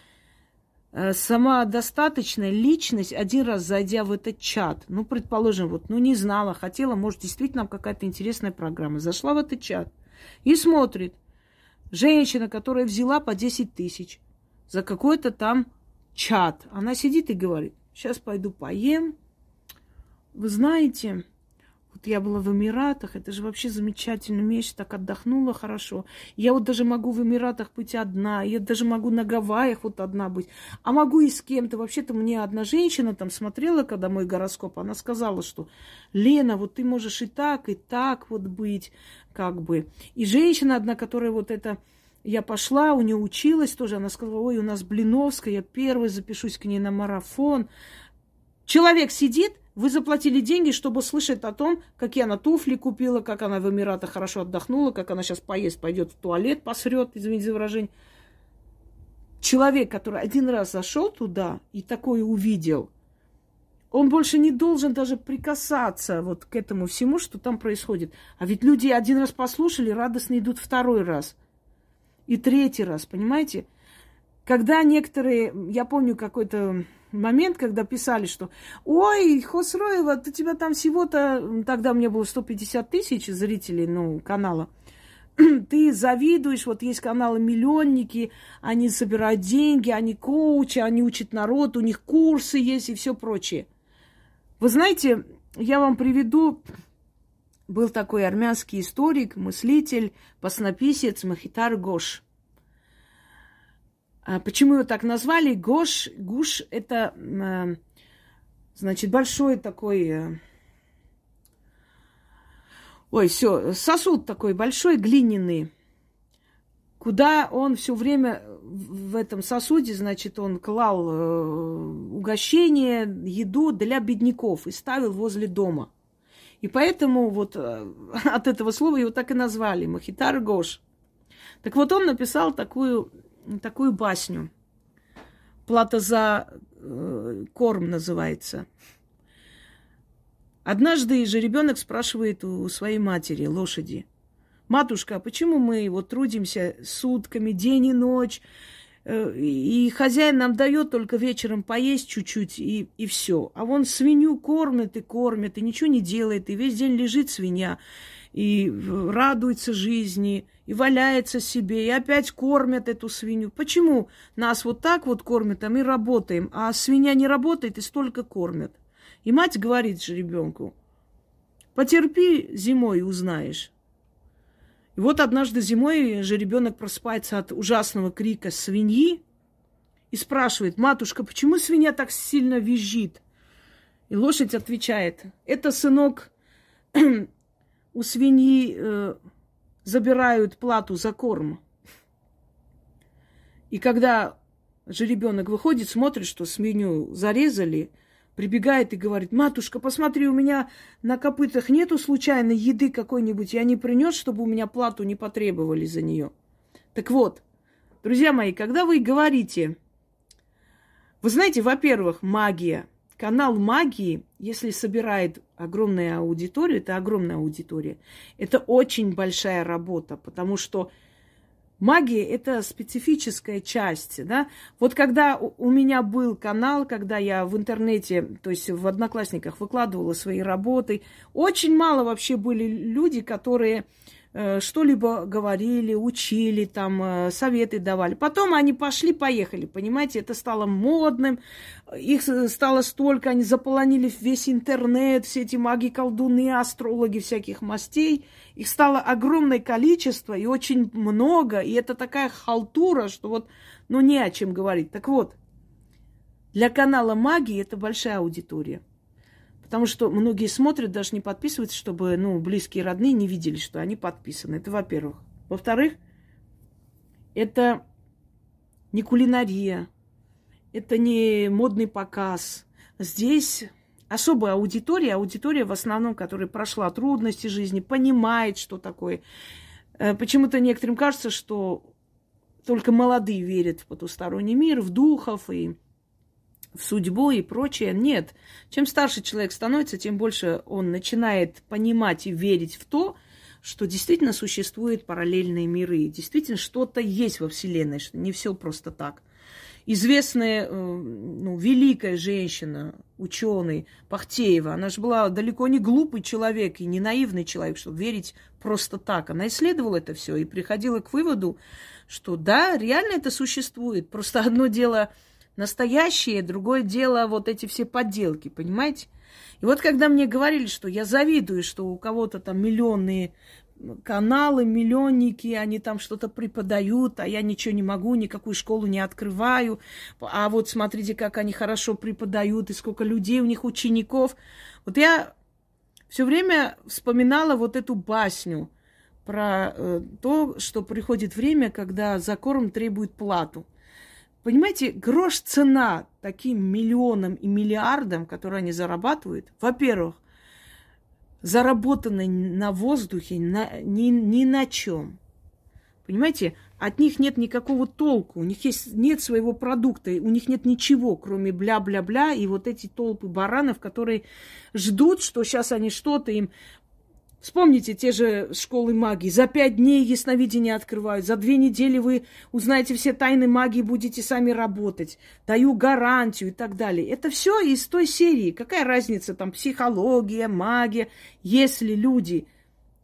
э, самодостаточная личность, один раз зайдя в этот чат, ну, предположим, вот, ну, не знала, хотела, может, действительно какая-то интересная программа, зашла в этот чат и смотрит. Женщина, которая взяла по десять тысяч за какой-то там чат. Она сидит и говорит, сейчас пойду поем. Вы знаете, вот я была в Эмиратах, это же вообще замечательный месяц, так отдохнула хорошо. Я вот даже могу в Эмиратах быть одна, я даже могу на Гавайях вот одна быть. А могу и с кем-то. Вообще-то мне одна женщина там смотрела, когда мой гороскоп, она сказала, что Лена, вот ты можешь и так, и так вот быть. Как бы. И женщина одна, которая вот это... Я пошла, у нее училась тоже. Она сказала, ой, у нас Блиновская, я первой запишусь к ней на марафон. Человек сидит, вы заплатили деньги, чтобы слышать о том, какие она туфли купила, как она в Эмиратах хорошо отдохнула, как она сейчас поест, пойдет в туалет, посрет, извините за выражение. Человек, который один раз зашел туда и такое увидел, он больше не должен даже прикасаться вот к этому всему, что там происходит. А ведь люди один раз послушали, радостно идут второй раз. И третий раз, понимаете? Когда некоторые... Я помню какой-то момент, когда писали, что ой, Хосроева, у тебя там всего-то... Тогда у меня было сто пятьдесят тысяч зрителей, ну, канала. ты завидуешь, вот есть каналы «Миллионники», они собирают деньги, они коучи, они учат народ, у них курсы есть и все прочее. Вы знаете, я вам приведу, был такой армянский историк, мыслитель, паснописец Мохитар Гош. А почему его так назвали? Гош, Гуш – это, значит, большой такой... Ой, все, сосуд такой большой, глиняный, куда он все время в этом сосуде, значит, он клал угощение, еду для бедняков и ставил возле дома. И поэтому вот от этого слова его так и назвали, Мохитар Гош. Так вот, он написал такую, такую басню. «Плата за э, корм» называется. Однажды жеребенок спрашивает у своей матери, лошади: «Матушка, а почему мы вот трудимся сутками, день и ночь, и хозяин нам дает только вечером поесть чуть-чуть, и, и все. А вон свинью кормит и кормит, и ничего не делает, и весь день лежит свинья, и радуется жизни, и валяется себе, и опять кормят эту свинью. Почему нас вот так вот кормят, а мы работаем, а свинья не работает и столько кормят?» И мать говорит же ребенку: «Потерпи зимой, узнаешь». И вот однажды зимой же ребенок просыпается от ужасного крика свиньи и спрашивает: «Матушка, почему свинья так сильно визжит?» И лошадь отвечает: «Это, сынок, у свиньи э, забирают плату за корм». И когда же ребенок выходит, смотрит, что свинью зарезали, прибегает и говорит: «Матушка, посмотри, у меня на копытах нету случайно еды какой-нибудь, я не принес, чтобы у меня плату не потребовали за нее». Так вот, друзья мои, когда вы говорите, вы знаете, во-первых, магия. Канал магии, если собирает огромную аудиторию, это огромная аудитория, это очень большая работа, потому что магия – это специфическая часть, да. Вот когда у меня был канал, когда я в интернете, то есть в Одноклассниках выкладывала свои работы, очень мало вообще были люди, которые э, что-либо говорили, учили, там, э, советы давали. Потом они пошли-поехали, понимаете, это стало модным, их стало столько, они заполонили весь интернет, все эти маги, колдуны, астрологи всяких мастей. Их стало огромное количество и очень много, и это такая халтура, что вот, ну, не о чем говорить. Так вот, для канала магии это большая аудитория, потому что многие смотрят, даже не подписываются, чтобы, ну, близкие, родные не видели, что они подписаны. Это во-первых. Во-вторых, это не кулинария, это не модный показ. Здесь особая аудитория, аудитория в основном, которая прошла трудности жизни, понимает, что такое. Почему-то некоторым кажется, что только молодые верят в потусторонний мир, в духов и в судьбу и прочее. Нет. Чем старше человек становится, тем больше он начинает понимать и верить в то, что действительно существуют параллельные миры. Действительно, что-то есть во Вселенной, что не все просто так. Известная, ну, великая женщина, ученый Пахтеева, она же была далеко не глупый человек и не наивный человек, чтобы верить просто так. Она исследовала это все и приходила к выводу, что да, реально это существует. Просто одно дело настоящее, другое дело вот эти все подделки, понимаете? И вот когда мне говорили, что я завидую, что у кого-то там миллионные каналы, миллионники, они там что-то преподают, а я ничего не могу, никакую школу не открываю. А вот смотрите, как они хорошо преподают, и сколько людей у них, учеников. Вот я все время вспоминала вот эту басню про э, то, что приходит время, когда за корм требуют плату. Понимаете, грош цена таким миллионам и миллиардам, которые они зарабатывают. Во-первых, заработанные на воздухе, на, ни, ни на чем. Понимаете, от них нет никакого толку, у них есть, нет своего продукта, у них нет ничего, кроме бля-бля-бля и вот эти толпы баранов, которые ждут, что сейчас они что-то им... Вспомните те же школы магии. За пять дней ясновидение открывают. За две недели вы узнаете все тайны магии, будете сами работать. Даю гарантию и так далее. Это все из той серии. Какая разница, там, психология, магия, если люди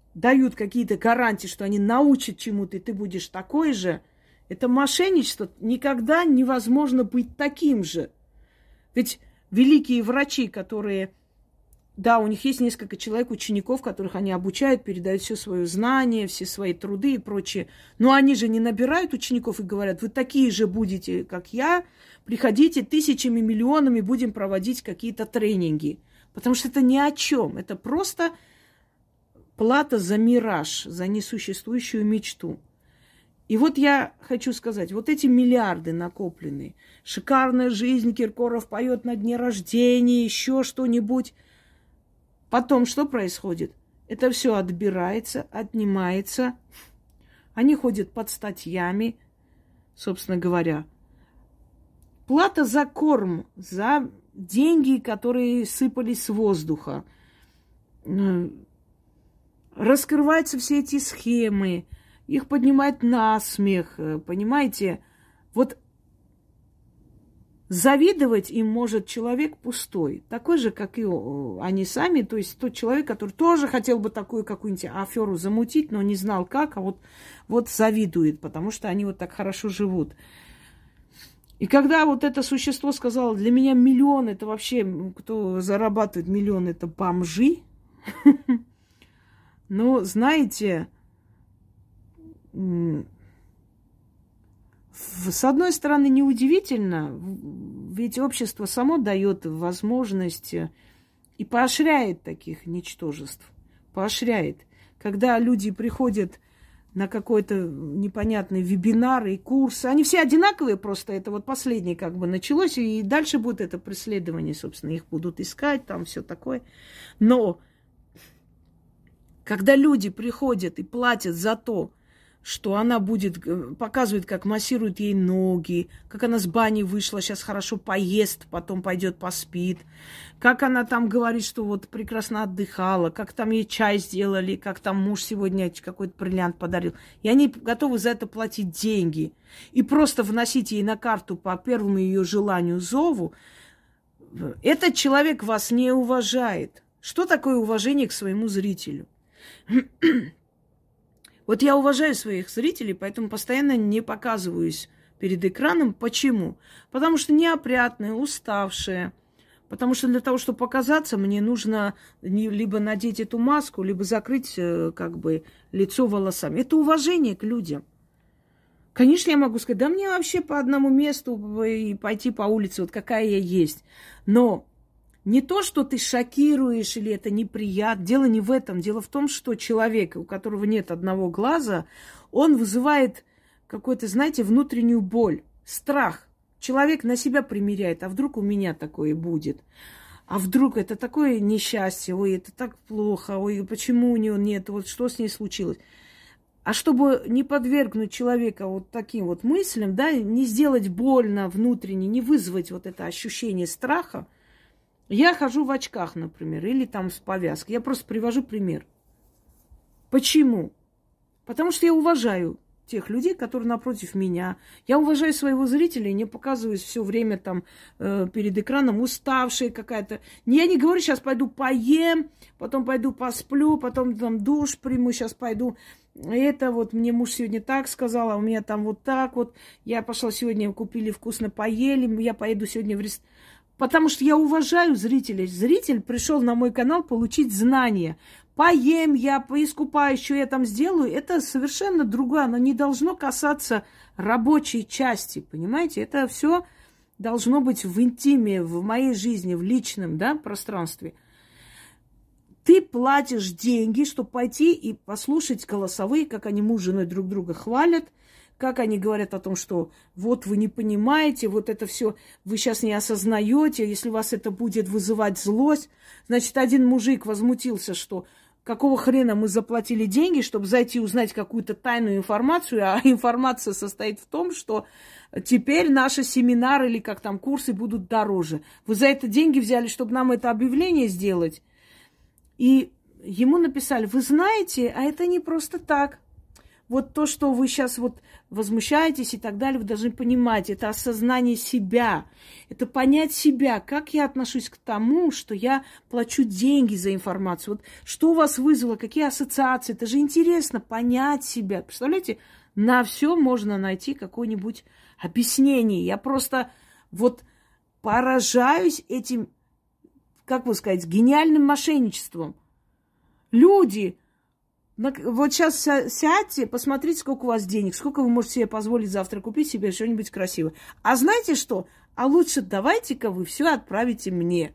дают какие-то гарантии, что они научат чему-то, и ты будешь такой же, это мошенничество. Никогда невозможно быть таким же. Ведь великие врачи, которые... Да, у них есть несколько человек, учеников, которых они обучают, передают все свое знание, все свои труды и прочее. Но они же не набирают учеников и говорят, вы такие же будете, как я, приходите тысячами, миллионами, будем проводить какие-то тренинги. Потому что это ни о чем. Это просто плата за мираж, за несуществующую мечту. И вот я хочу сказать, вот эти миллиарды накопленные, шикарная жизнь, Киркоров поет на дне рождения, еще что-нибудь. Потом что происходит? Это все отбирается, отнимается. Они ходят под статьями, собственно говоря. Плата за корм, за деньги, которые сыпались с воздуха. Раскрываются все эти схемы, их поднимают на смех, понимаете? Вот завидовать им может человек пустой, такой же, как и они сами, то есть тот человек, который тоже хотел бы такую какую-нибудь аферу замутить, но не знал как, а вот, вот завидует, потому что они вот так хорошо живут. И когда вот это существо сказало, для меня миллион, это вообще, кто зарабатывает миллион, это бомжи. Но, знаете, с одной стороны, неудивительно, ведь общество само дает возможность и поощряет таких ничтожеств. Поощряет. Когда люди приходят на какой-то непонятный вебинар и курс, они все одинаковые просто, это вот последнее как бы началось, и дальше будет это преследование, собственно, их будут искать, там все такое. Но когда люди приходят и платят за то, что она будет, показывает, как массирует ей ноги, как она с бани вышла, сейчас хорошо поест, потом пойдет поспит, как она там говорит, что вот прекрасно отдыхала, как там ей чай сделали, как там муж сегодня какой-то бриллиант подарил. И они готовы за это платить деньги. И просто вносить ей на карту по первому ее желанию, зову. Этот человек вас не уважает. Что такое уважение к своему зрителю? Вот я уважаю своих зрителей, поэтому постоянно не показываюсь перед экраном. Почему? Потому что неопрятная, уставшая. Потому что для того, чтобы показаться, мне нужно либо надеть эту маску, либо закрыть как бы лицо волосами. Это уважение к людям. Конечно, я могу сказать, да мне вообще по одному месту и пойти по улице, вот какая я есть. Но не то, что ты шокируешь или это неприятно. Дело не в этом. Дело в том, что человек, у которого нет одного глаза, он вызывает какую-то, знаете, внутреннюю боль, страх. Человек на себя примеряет, а вдруг у меня такое будет? А вдруг это такое несчастье? Ой, это так плохо. Ой, почему у него нет? Вот что с ней случилось? А чтобы не подвергнуть человека вот таким вот мыслям, да, не сделать больно внутренне, не вызвать вот это ощущение страха, я хожу в очках, например, или там с повязкой. Я просто привожу пример. Почему? Потому что я уважаю тех людей, которые напротив меня. Я уважаю своего зрителя и не показываюсь все время там э, перед экраном уставшая какая-то. Я не говорю, сейчас пойду поем, потом пойду посплю, потом там душ приму, сейчас пойду. Это вот мне муж сегодня так сказал, а у меня там вот так вот. Я пошла сегодня, купили вкусно, поели, я поеду сегодня в ресторан. Потому что я уважаю зрителей. Зритель пришел на мой канал получить знания. Поем я, поискупаюсь, что я там сделаю. Это совершенно другое. Оно не должно касаться рабочей части. Понимаете? Это все должно быть в интиме, в моей жизни, в личном, да, пространстве. Ты платишь деньги, чтобы пойти и послушать голосовые, как они муж с женой друг друга хвалят. Как они говорят о том, что вот вы не понимаете, вот это все вы сейчас не осознаете, если вас это будет вызывать злость. Значит, один мужик возмутился, что какого хрена мы заплатили деньги, чтобы зайти узнать какую-то тайную информацию, а информация состоит в том, что теперь наши семинары или как там курсы будут дороже. Вы за это деньги взяли, чтобы нам это объявление сделать. И ему написали, вы знаете, а это не просто так. вот то, что вы сейчас вот возмущаетесь и так далее, вы должны понимать, это осознание себя, это понять себя, как я отношусь к тому, что я плачу деньги за информацию. Вот что у вас вызвало, какие ассоциации, это же интересно понять себя. Представляете, на все можно найти какое-нибудь объяснение. Я просто вот поражаюсь этим, как бы сказать, гениальным мошенничеством. Люди, вот сейчас сядьте, посмотрите, сколько у вас денег, сколько вы можете себе позволить завтра купить себе что-нибудь красивое. А знаете что? А лучше давайте-ка вы все отправите мне.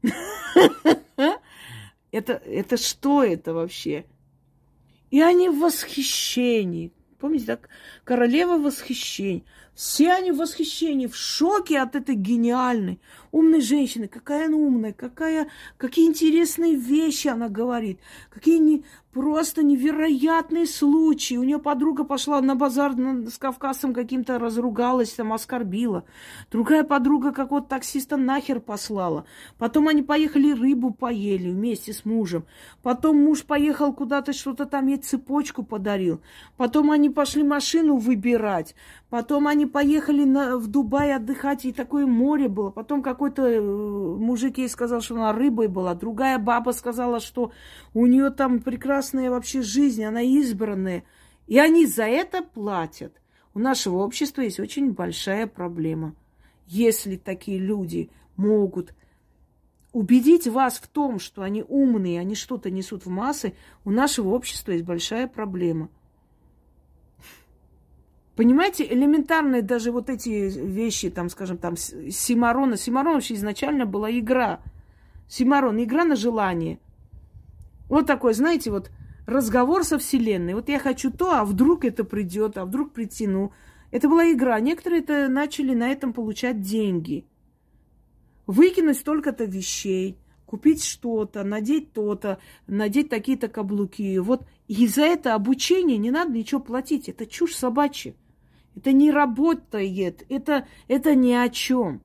Это, это что это вообще? И они в восхищении. Помните, так? Королева восхищения. Все они в восхищении, в шоке от этой гениальной, умной женщины. Какая она умная, какая, какие интересные вещи она говорит. Какие не, просто невероятные случаи. У нее подруга пошла на базар с кавказцем каким-то, разругалась, там, оскорбила. Другая подруга какого-то таксиста нахер послала. Потом они поехали рыбу поели вместе с мужем. Потом муж поехал куда-то, что-то там ей цепочку подарил. Потом они пошли машину выбирать. Потом они поехали на, в Дубай отдыхать, и такое море было. Потом какой-то э, мужик ей сказал, что она рыбой была. Другая баба сказала, что у нее там прекрасная вообще жизнь, она избранная. И они за это платят. У нашего общества есть очень большая проблема. Если такие люди могут убедить вас в том, что они умные, они что-то несут в массы, у нашего общества есть большая проблема. Понимаете, элементарные даже вот эти вещи, там, скажем, там, Симарона. Симарон вообще изначально была игра. Симарон, игра на желание. Вот такой, знаете, вот разговор со Вселенной. Вот я хочу то, а вдруг это придет, а вдруг притяну. Это была игра. Некоторые это начали на этом получать деньги. Выкинуть столько-то вещей, купить что-то, надеть то-то, надеть такие-то каблуки. Вот и за это обучение не надо ничего платить. Это чушь собачья. Это не работает. Это, это ни о чем.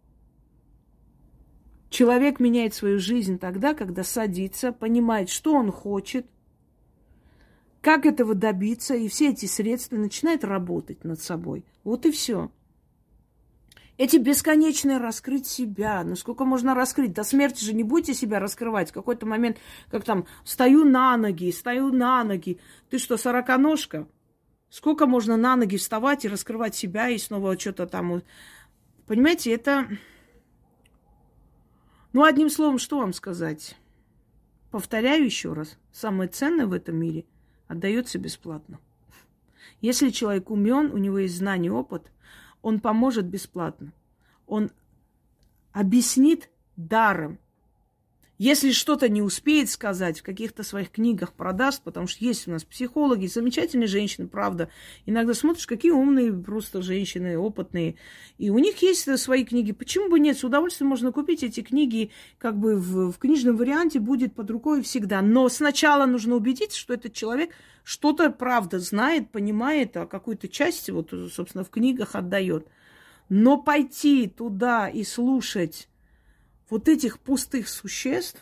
Человек меняет свою жизнь тогда, когда садится, понимает, что он хочет, как этого добиться, и все эти средства начинает работать над собой. Вот и все. Эти бесконечные раскрыть себя. Ну, сколько можно раскрыть? До смерти же не будете себя раскрывать. В какой-то момент, как там, стою на ноги, стою на ноги. Ты что, сороконожка? Сколько можно на ноги вставать и раскрывать себя, и снова что-то там... Понимаете, это... Ну, одним словом, что вам сказать? Повторяю еще раз. Самое ценное в этом мире отдается бесплатно. Если человек умен, у него есть знания, опыт, он поможет бесплатно. Он объяснит даром. Если что-то не успеет сказать, в каких-то своих книгах продаст, потому что есть у нас психологи, замечательные женщины, правда. Иногда смотришь, какие умные просто женщины, опытные. И у них есть свои книги. Почему бы нет? С удовольствием можно купить эти книги, как бы в, в книжном варианте будет под рукой всегда. Но сначала нужно убедиться, что этот человек что-то, правда, знает, понимает, а какую-то часть, вот, собственно, в книгах отдает. Но пойти туда и слушать вот этих пустых существ,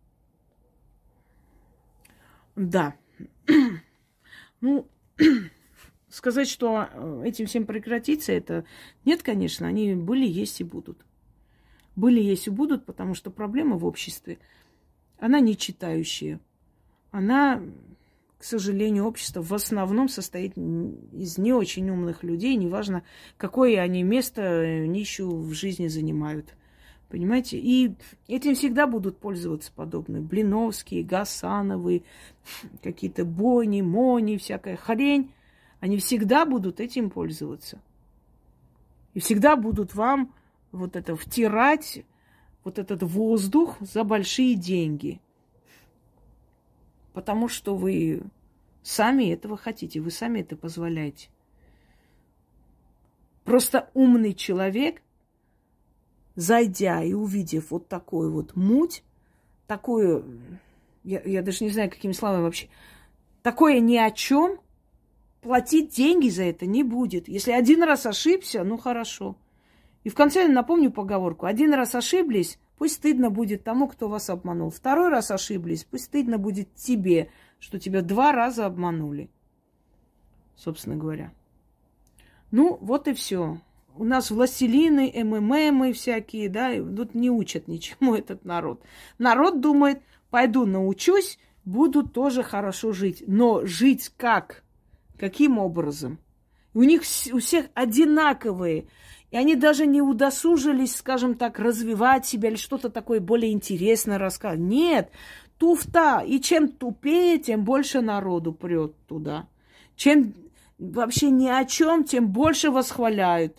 да. Ну, сказать, что этим всем прекратится, это... Нет, конечно, они были, есть и будут. Были, есть и будут, потому что проблема в обществе, она не читающая. Она, к сожалению, общество в основном состоит из не очень умных людей, неважно, какое они место нищую в жизни занимают. Понимаете? И этим всегда будут пользоваться подобные. Блиновские, Гасановы, какие-то Бони, Мони, всякая хрень. Они всегда будут этим пользоваться. И всегда будут вам вот это втирать, вот этот воздух за большие деньги. Потому что вы сами этого хотите, вы сами это позволяете. Просто умный человек, зайдя и увидев вот такую вот муть, такую, я, я даже не знаю, какими словами вообще, такое ни о чем, платить деньги за это не будет. Если один раз ошибся, ну хорошо. И в конце напомню поговорку. Один раз ошиблись, пусть стыдно будет тому, кто вас обманул. Второй раз ошиблись, пусть стыдно будет тебе, что тебя два раза обманули. собственно говоря. Ну, вот и все. У нас властелины, МММы всякие, да, тут не учат ничему этот народ. Народ думает, пойду научусь, буду тоже хорошо жить. Но жить как? Каким образом? У них у всех одинаковые. И они даже не удосужились, скажем так, развивать себя или что-то такое более интересное рассказывать. Нет, туфта. И чем тупее, тем больше народу прет туда. Чем вообще ни о чем, тем больше восхваляют.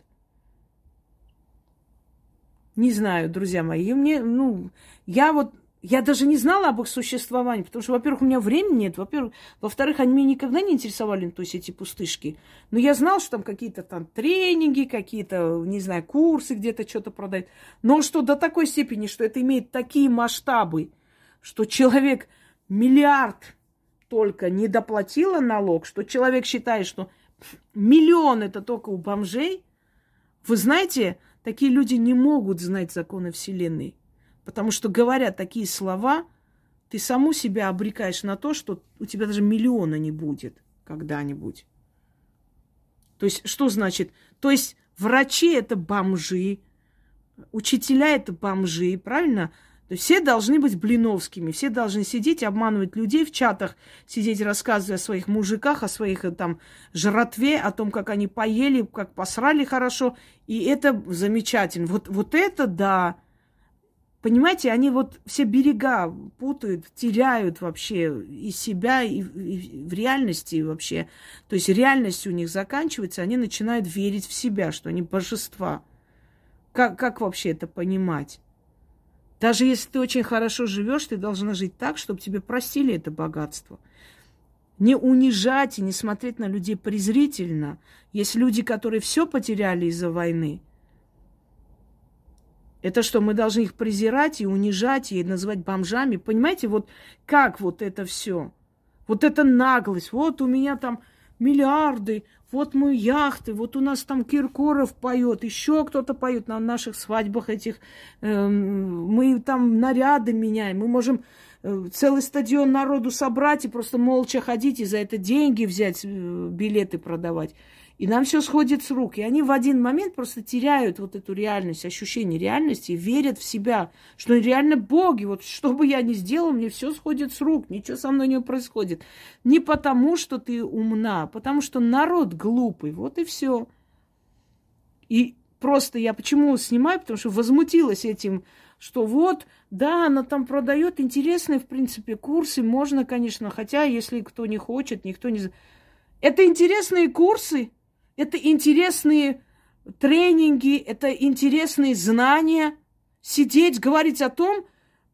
Не знаю, друзья мои, и мне, ну, я вот, я даже не знала об их существовании, потому что, во-первых, у меня времени нет, во-первых, во-вторых, они меня никогда не интересовали, то есть эти пустышки. Но я знала, что там какие-то там тренинги, какие-то, не знаю, курсы где-то что-то продают. Но что до такой степени, что это имеет такие масштабы, что человек миллиард только не доплатила налог, что человек считает, что миллион это только у бомжей. Вы знаете, такие люди не могут знать законы Вселенной. Потому что, говоря такие слова, ты саму себя обрекаешь на то, что у тебя даже миллиона не будет когда-нибудь. То есть, что значит? То есть, врачи – это бомжи, учителя – это бомжи, правильно? То есть, все должны быть блиновскими, все должны сидеть, обманывать людей в чатах, сидеть, рассказывая о своих мужиках, о своих там жратве, о том, как они поели, как посрали хорошо. И это замечательно. Вот, вот это да. Понимаете, они вот все берега путают, теряют вообще и себя, и, и в реальности вообще. То есть реальность у них заканчивается, они начинают верить в себя, что они божества. Как, как вообще это понимать? Даже если ты очень хорошо живешь, ты должна жить так, чтобы тебе простили это богатство. Не унижать и не смотреть на людей презрительно. Есть люди, которые все потеряли из-за войны. Это что, мы должны их презирать и унижать, и называть бомжами? Понимаете, вот как вот это все? Вот это наглость. Вот у меня там миллиарды, вот мы яхты, вот у нас там Киркоров поет, еще кто-то поет на наших свадьбах этих. Э, мы там наряды меняем, мы можем э, целый стадион народу собрать и просто молча ходить и за это деньги взять, э, билеты продавать. И нам все сходит с рук. И они в один момент просто теряют вот эту реальность, ощущение реальности, и верят в себя, что реально боги. Вот что бы я ни сделал, мне все сходит с рук, ничего со мной не происходит. Не потому, что ты умна, а потому что народ глупый. Вот и все. И просто я почему снимаю, потому что возмутилась этим, что вот, да, она там продает интересные, в принципе, курсы, можно, конечно, хотя, если кто не хочет, никто не... Это интересные курсы. Это интересные тренинги, это интересные знания. Сидеть, говорить о том,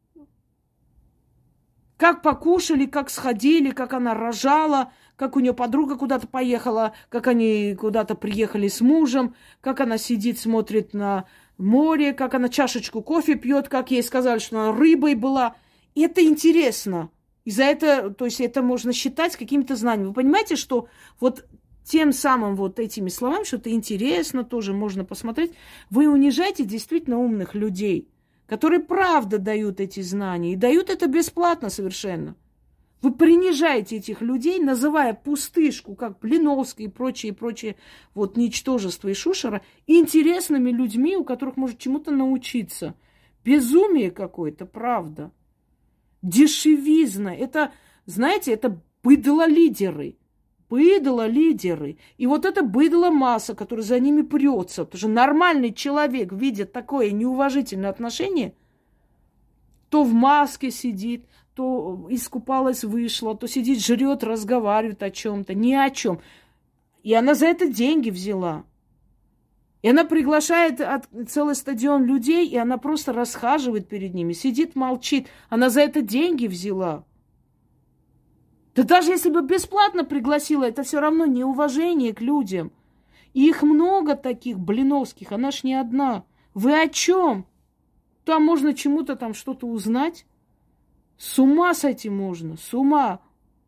как покушали, как сходили, как она рожала, как у нее подруга куда-то поехала, как они куда-то приехали с мужем, как она сидит, смотрит на море, как она чашечку кофе пьет, как ей сказали, что она рыбой была. И это интересно. И за это, то есть это можно считать какими-то знаниями. Вы понимаете, что вот тем самым вот этими словами, что это интересно, тоже можно посмотреть, вы унижаете действительно умных людей, которые правда дают эти знания, и дают это бесплатно совершенно. Вы принижаете этих людей, называя пустышку, как Блиновский и прочие, прочие вот ничтожества и шушера, интересными людьми, у которых может чему-то научиться. Безумие какое-то, правда. Дешевизна. Это, знаете, это быдло-лидеры. Быдло-лидеры. И вот это быдло-масса, которая за ними прется. Потому что нормальный человек, видя такое неуважительное отношение, то в маске сидит, то искупалась, вышла, то сидит, жрет, разговаривает о чем-то. Ни о чем. И она за это деньги взяла. И она приглашает целый стадион людей, и она просто расхаживает перед ними, сидит, молчит. Она за это деньги взяла. Да даже если бы бесплатно пригласила, это все равно неуважение к людям. И их много таких блиновских, она ж не одна. Вы о чем? Там можно чему-то там что-то узнать. С ума сойти можно, с ума.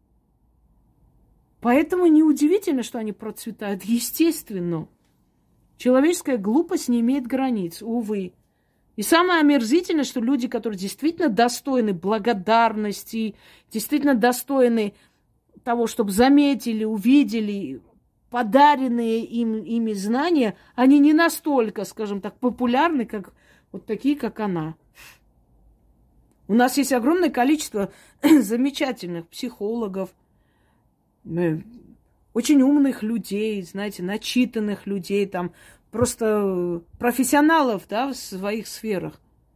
Поэтому неудивительно, что они процветают. Естественно. Человеческая глупость не имеет границ, увы. И самое омерзительное, что люди, которые действительно достойны благодарности, действительно достойны того, чтобы заметили, увидели, подаренные им, ими знания, они не настолько, скажем так, популярны, как вот такие, как она. У нас есть огромное количество замечательных психологов, очень умных людей, знаете, начитанных людей, там просто профессионалов, да, в своих сферах.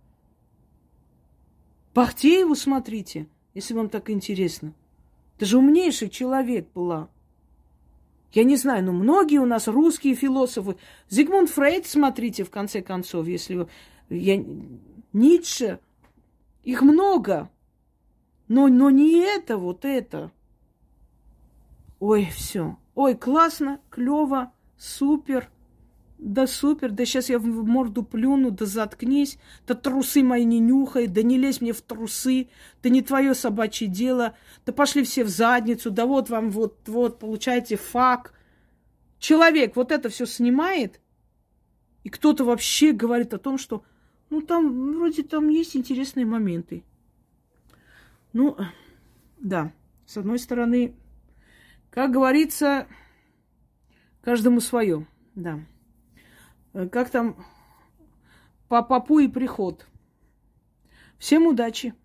Бахтееву смотрите, если вам так интересно. Это же умнейший человек была. Я не знаю, но многие у нас русские философы. Зигмунд Фрейд, смотрите, в конце концов, если вы... Я... Ницше. Их много. Но, но не это, вот это. Ой, все. Ой, классно, клево, супер. Да супер, да сейчас я в морду плюну, да заткнись, да трусы мои не нюхай, да не лезь мне в трусы, да не твое собачье дело, да пошли все в задницу, да вот вам вот, вот, получаете фак. Человек вот это все снимает, и кто-то вообще говорит о том, что ну там вроде там есть интересные моменты. Ну, да, с одной стороны, как говорится, каждому свое, да. Как там по попу и приход. Всем удачи!